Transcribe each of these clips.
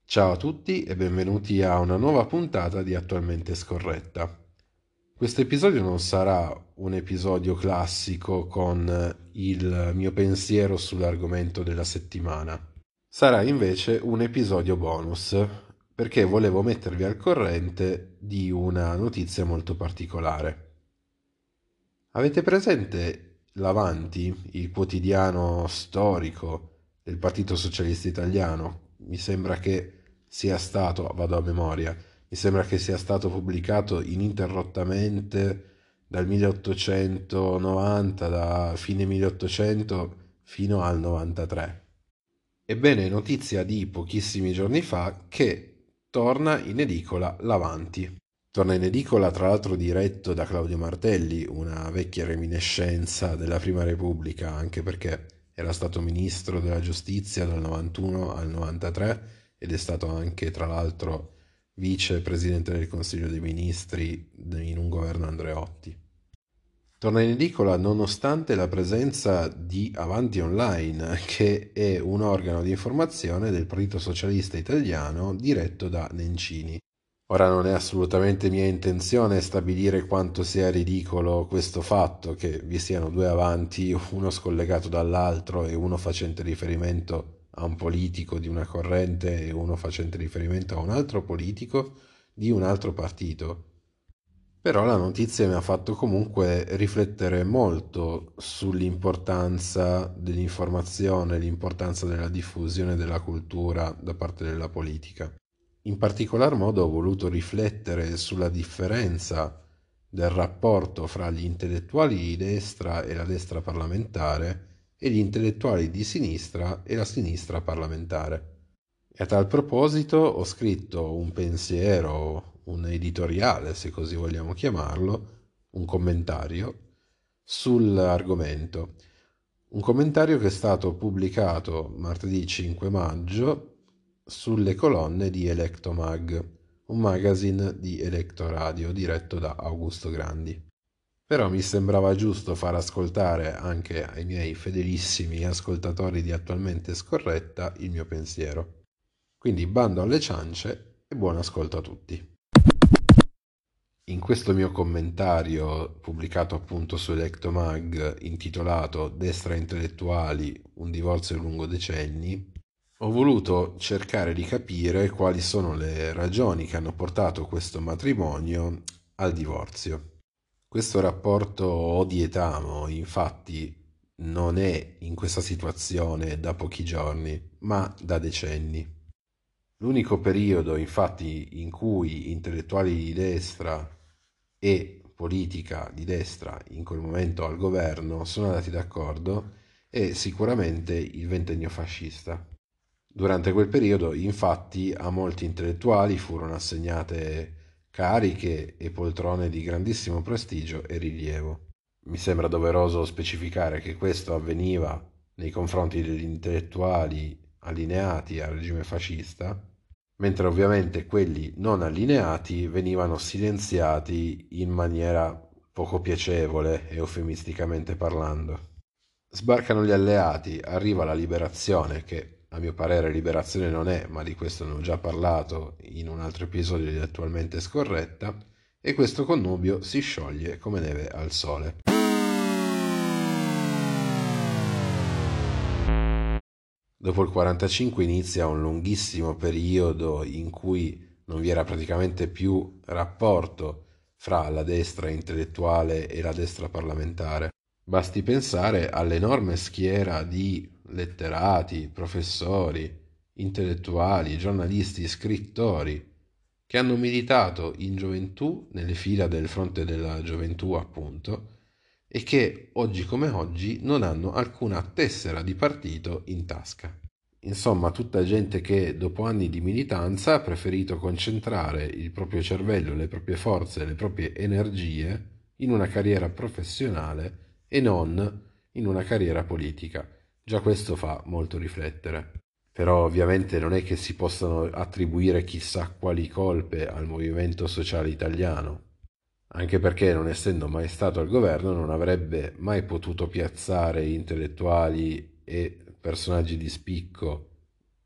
Ciao a tutti e benvenuti a una nuova puntata di Attualmente Scorretta. Questo episodio non sarà un episodio classico con il mio pensiero sull'argomento della settimana. Sarà invece un episodio bonus, perché volevo mettervi al corrente di una notizia molto particolare. Avete presente l'Avanti, il quotidiano storico del Partito Socialista Italiano? Mi sembra che sia stato, vado a memoria, mi sembra che sia stato pubblicato ininterrottamente dal 1890, da fine 1800 fino al 93. Ebbene, è notizia di pochissimi giorni fa che torna in edicola l'Avanti. Torna in edicola tra l'altro diretto da Claudio Martelli, una vecchia reminiscenza della Prima Repubblica, anche perché era stato ministro della giustizia dal 91 al 93 ed è stato anche tra l'altro vicepresidente del Consiglio dei Ministri in un governo Andreotti. Torna in edicola nonostante la presenza di Avanti Online, che è un organo di informazione del Partito Socialista Italiano diretto da Nencini. Ora non è assolutamente mia intenzione stabilire quanto sia ridicolo questo fatto che vi siano due avanti, uno scollegato dall'altro e uno facente riferimento a un politico di una corrente e uno facente riferimento a un altro politico di un altro partito. Però la notizia mi ha fatto comunque riflettere molto sull'importanza dell'informazione, l'importanza della diffusione della cultura da parte della politica. In particolar modo ho voluto riflettere sulla differenza del rapporto fra gli intellettuali di destra e la destra parlamentare e gli intellettuali di sinistra e la sinistra parlamentare. E a tal proposito ho scritto un pensiero, un editoriale, se così vogliamo chiamarlo, un commentario sull'argomento. Un commentario che è stato pubblicato martedì 5 maggio sulle colonne di Electomag, un magazine di Electoradio diretto da Augusto Grandi. Però mi sembrava giusto far ascoltare anche ai miei fedelissimi ascoltatori di Attualmente Scorretta il mio pensiero. Quindi bando alle ciance e buon ascolto a tutti. In questo mio commentario, pubblicato appunto su Electomag, intitolato Destra intellettuali, un divorzio lungo decenni, ho voluto cercare di capire quali sono le ragioni che hanno portato questo matrimonio al divorzio. Questo rapporto odi-etamo, infatti, non è in questa situazione da pochi giorni, ma da decenni. L'unico periodo, infatti, in cui intellettuali di destra e politica di destra, in quel momento al governo, sono andati d'accordo è sicuramente il ventennio fascista. Durante quel periodo, infatti, a molti intellettuali furono assegnate cariche e poltrone di grandissimo prestigio e rilievo. Mi sembra doveroso specificare che questo avveniva nei confronti degli intellettuali allineati al regime fascista, mentre ovviamente quelli non allineati venivano silenziati in maniera poco piacevole, eufemisticamente parlando. Sbarcano gli alleati, arriva la liberazione, che a mio parere liberazione non è, ma di questo ne ho già parlato in un altro episodio di Attualmente Scorretta, e questo connubio si scioglie come neve al sole. Dopo il 45 inizia un lunghissimo periodo in cui non vi era praticamente più rapporto fra la destra intellettuale e la destra parlamentare. Basti pensare all'enorme schiera di letterati, professori, intellettuali, giornalisti, scrittori che hanno militato in gioventù nelle fila del Fronte della Gioventù, appunto, e che oggi come oggi non hanno alcuna tessera di partito in tasca. Insomma, tutta gente che dopo anni di militanza ha preferito concentrare il proprio cervello, le proprie forze, le proprie energie in una carriera professionale e non in una carriera politica. Già questo fa molto riflettere. Però ovviamente non è che si possano attribuire chissà quali colpe al movimento sociale italiano, anche perché non essendo mai stato al governo non avrebbe mai potuto piazzare intellettuali e personaggi di spicco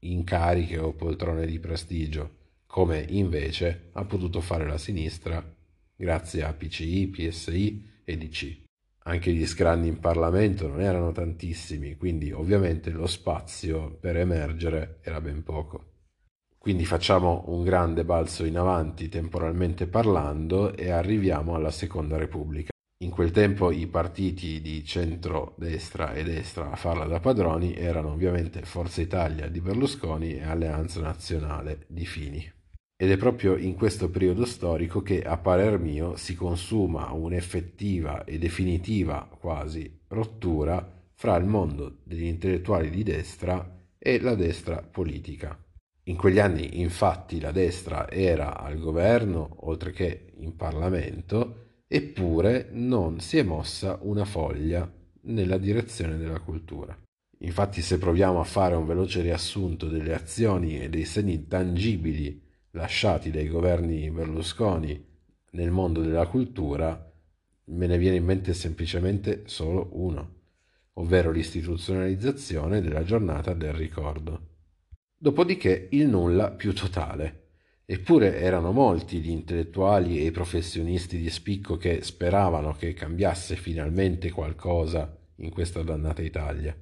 incariche o poltrone di prestigio, come invece ha potuto fare la sinistra grazie a PCI, PSI e DC. Anche gli scranni in Parlamento non erano tantissimi, quindi ovviamente lo spazio per emergere era ben poco. Quindi facciamo un grande balzo in avanti temporalmente parlando e arriviamo alla Seconda Repubblica. In quel tempo i partiti di centro-destra e destra a farla da padroni erano ovviamente Forza Italia di Berlusconi e Alleanza Nazionale di Fini. Ed è proprio in questo periodo storico che, a parer mio, si consuma un'effettiva e definitiva quasi rottura fra il mondo degli intellettuali di destra e la destra politica. In quegli anni, infatti, la destra era al governo, oltre che in Parlamento, eppure non si è mossa una foglia nella direzione della cultura. Infatti, se proviamo a fare un veloce riassunto delle azioni e dei segni tangibili lasciati dai governi Berlusconi nel mondo della cultura, me ne viene in mente semplicemente solo uno, ovvero l'istituzionalizzazione della giornata del ricordo. Dopodiché il nulla più totale. Eppure erano molti gli intellettuali e i professionisti di spicco che speravano che cambiasse finalmente qualcosa in questa dannata Italia.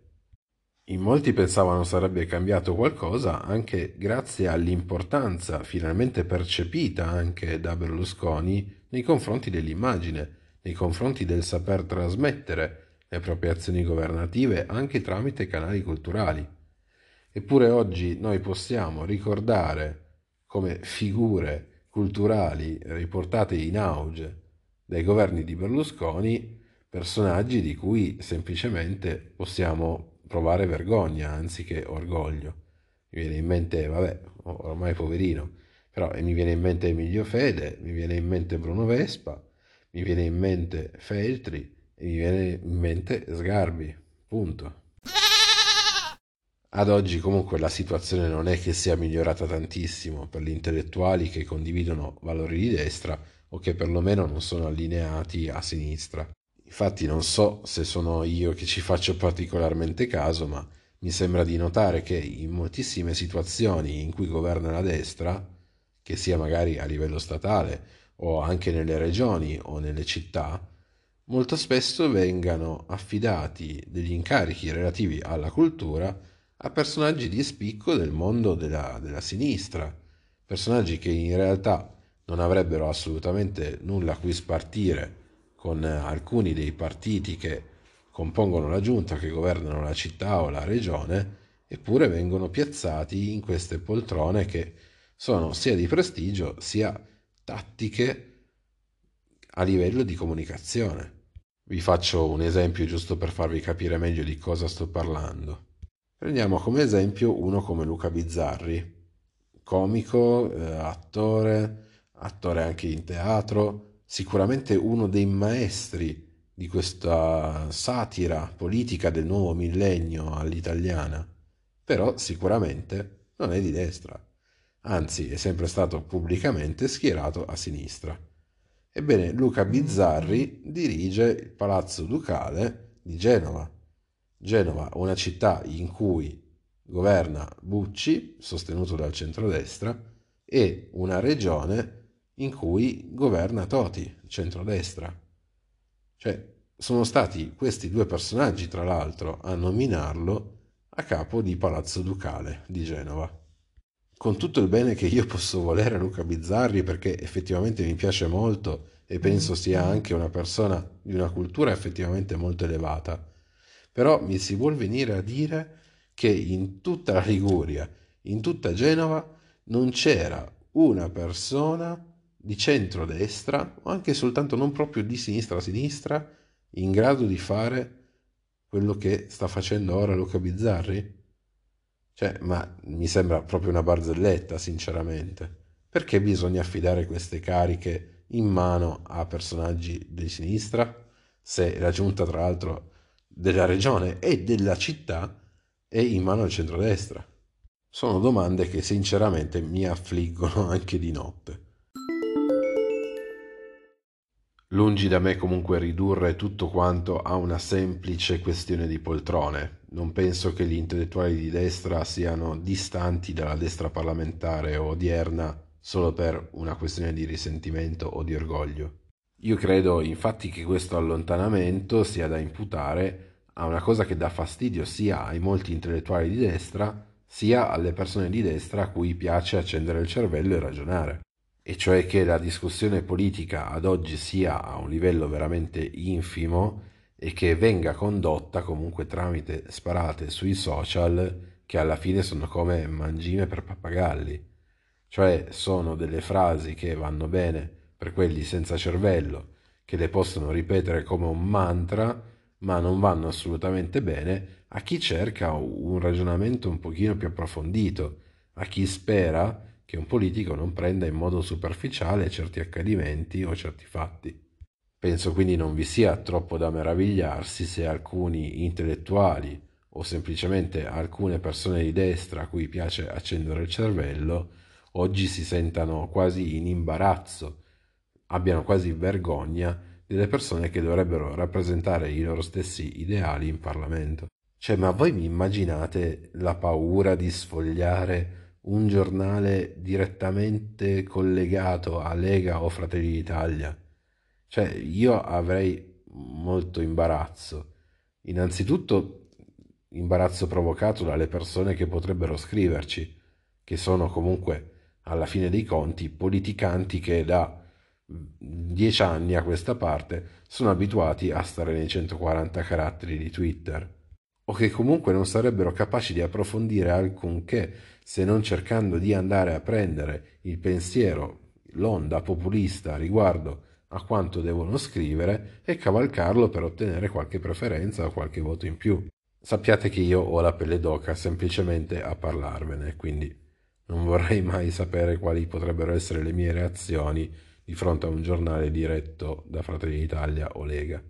In molti pensavano sarebbe cambiato qualcosa anche grazie all'importanza finalmente percepita anche da Berlusconi nei confronti dell'immagine, nei confronti del saper trasmettere le proprie azioni governative anche tramite canali culturali. Eppure oggi noi possiamo ricordare come figure culturali riportate in auge dai governi di Berlusconi personaggi di cui semplicemente possiamo provare vergogna anziché orgoglio. Mi viene in mente, vabbè, ormai poverino, però mi viene in mente Emilio Fede, mi viene in mente Bruno Vespa, mi viene in mente Feltri e mi viene in mente Sgarbi, punto. Ad oggi comunque la situazione non è che sia migliorata tantissimo per gli intellettuali che condividono valori di destra o che perlomeno non sono allineati a sinistra. Infatti non so se sono io che ci faccio particolarmente caso, ma mi sembra di notare che in moltissime situazioni in cui governa la destra, che sia magari a livello statale o anche nelle regioni o nelle città, molto spesso vengano affidati degli incarichi relativi alla cultura a personaggi di spicco del mondo della sinistra, personaggi che in realtà non avrebbero assolutamente nulla a cui spartire con alcuni dei partiti che compongono la giunta, che governano la città o la regione, eppure vengono piazzati in queste poltrone che sono sia di prestigio sia tattiche a livello di comunicazione. Vi faccio un esempio giusto per farvi capire meglio di cosa sto parlando. Prendiamo come esempio uno come Luca Bizzarri, comico, attore anche in teatro, sicuramente uno dei maestri di questa satira politica del nuovo millennio all'italiana, però sicuramente non è di destra, anzi è sempre stato pubblicamente schierato a sinistra. Ebbene, Luca Bizzarri dirige il Palazzo Ducale di Genova. Genova, una città in cui governa Bucci, sostenuto dal centrodestra, e una regione in cui governa Toti, centrodestra. Cioè, sono stati questi due personaggi, tra l'altro, a nominarlo a capo di Palazzo Ducale di Genova. Con tutto il bene che io posso volere a Luca Bizzarri, perché effettivamente mi piace molto e penso sia anche una persona di una cultura effettivamente molto elevata, però mi si vuol venire a dire che in tutta la Liguria, in tutta Genova, non c'era una persona di centrodestra, o anche soltanto non proprio di sinistra a sinistra, in grado di fare quello che sta facendo ora Luca Bizzarri? Cioè, ma mi sembra proprio una barzelletta, sinceramente. Perché bisogna affidare queste cariche in mano a personaggi di sinistra? Se la giunta, tra l'altro, della regione e della città è in mano al centrodestra. Sono domande che sinceramente mi affliggono anche di notte. Lungi da me comunque ridurre tutto quanto a una semplice questione di poltrone. non penso che gli intellettuali di destra siano distanti dalla destra parlamentare odierna solo per una questione di risentimento o di orgoglio. Io credo infatti che questo allontanamento sia da imputare a una cosa che dà fastidio sia ai molti intellettuali di destra, sia alle persone di destra a cui piace accendere il cervello e ragionare. E cioè che la discussione politica ad oggi sia a un livello veramente infimo e che venga condotta comunque tramite sparate sui social che alla fine sono come mangime per pappagalli. Cioè sono delle frasi che vanno bene per quelli senza cervello, che le possono ripetere come un mantra, ma non vanno assolutamente bene a chi cerca un ragionamento un pochino più approfondito, a chi spera che un politico non prenda in modo superficiale certi accadimenti o certi fatti. Penso quindi non vi sia troppo da meravigliarsi se alcuni intellettuali o semplicemente alcune persone di destra a cui piace accendere il cervello oggi si sentano quasi in imbarazzo, abbiano quasi vergogna delle persone che dovrebbero rappresentare i loro stessi ideali in Parlamento. Cioè, ma voi mi immaginate la paura di sfogliare un giornale direttamente collegato a Lega o Fratelli d'Italia? Cioè, io avrei molto imbarazzo. Innanzitutto, imbarazzo provocato dalle persone che potrebbero scriverci, che sono comunque, alla fine dei conti, politicanti che da 10 anni a questa parte sono abituati a stare nei 140 caratteri di Twitter, o che comunque non sarebbero capaci di approfondire alcunché se non cercando di andare a prendere il pensiero, l'onda populista riguardo a quanto devono scrivere e cavalcarlo per ottenere qualche preferenza o qualche voto in più. Sappiate che io ho la pelle d'oca semplicemente a parlarvene, quindi non vorrei mai sapere quali potrebbero essere le mie reazioni di fronte a un giornale diretto da Fratelli d'Italia o Lega.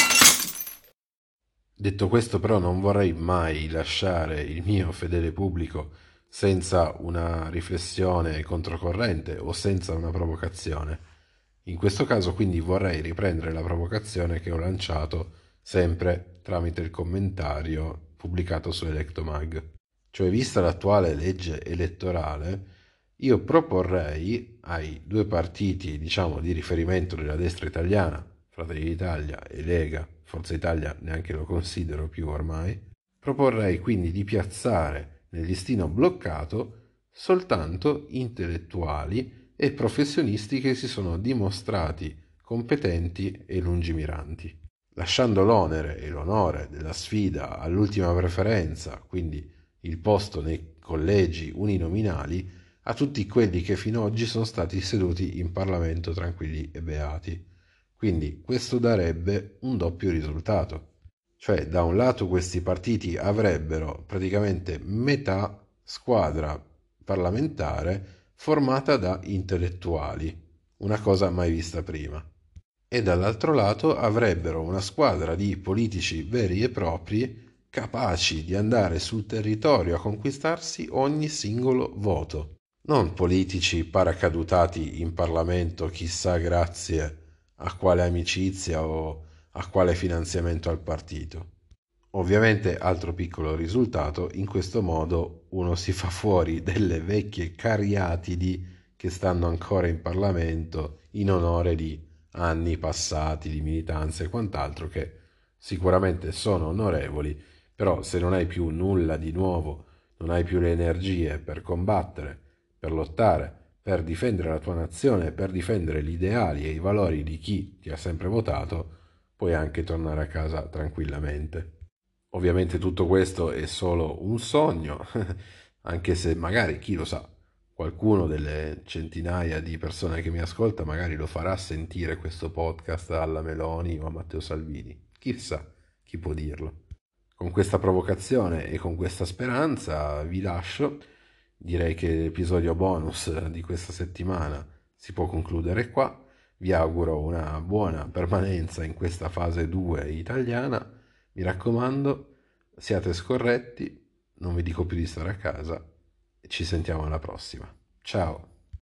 Detto questo, però, non vorrei mai lasciare il mio fedele pubblico senza una riflessione controcorrente o senza una provocazione. In questo caso, quindi, vorrei riprendere la provocazione che ho lanciato sempre tramite il commentario pubblicato su Electomag. Cioè, vista l'attuale legge elettorale, io proporrei ai due partiti, diciamo, di riferimento della destra italiana, Fratelli d'Italia e Lega, Forza Italia neanche lo considero più ormai, proporrei quindi di piazzare nel listino bloccato soltanto intellettuali e professionisti che si sono dimostrati competenti e lungimiranti, lasciando l'onere e l'onore della sfida all'ultima preferenza, quindi il posto nei collegi uninominali, a tutti quelli che fino ad oggi sono stati seduti in Parlamento tranquilli e beati. Quindi questo darebbe un doppio risultato. Cioè, da un lato questi partiti avrebbero praticamente metà squadra parlamentare formata da intellettuali, una cosa mai vista prima. E dall'altro lato avrebbero una squadra di politici veri e propri capaci di andare sul territorio a conquistarsi ogni singolo voto. Non politici paracadutati in Parlamento chissà grazie a quale amicizia o a quale finanziamento al partito. Ovviamente, altro piccolo risultato, in questo modo uno si fa fuori delle vecchie cariatidi che stanno ancora in Parlamento in onore di anni passati di militanza e quant'altro, che sicuramente sono onorevoli, però se non hai più nulla di nuovo, non hai più le energie per combattere, per lottare, per difendere la tua nazione, per difendere gli ideali e i valori di chi ti ha sempre votato, puoi anche tornare a casa tranquillamente. Ovviamente tutto questo è solo un sogno, anche se magari, chi lo sa, qualcuno delle centinaia di persone che mi ascolta magari lo farà sentire questo podcast alla Meloni o a Matteo Salvini. Chissà, chi può dirlo. Con questa provocazione e con questa speranza vi lascio. Direi che l'episodio bonus di questa settimana si può concludere qua. Vi auguro una buona permanenza in questa fase 2 italiana. Mi raccomando, siate scorretti, non vi dico più di stare a casa e ci sentiamo alla prossima. Ciao!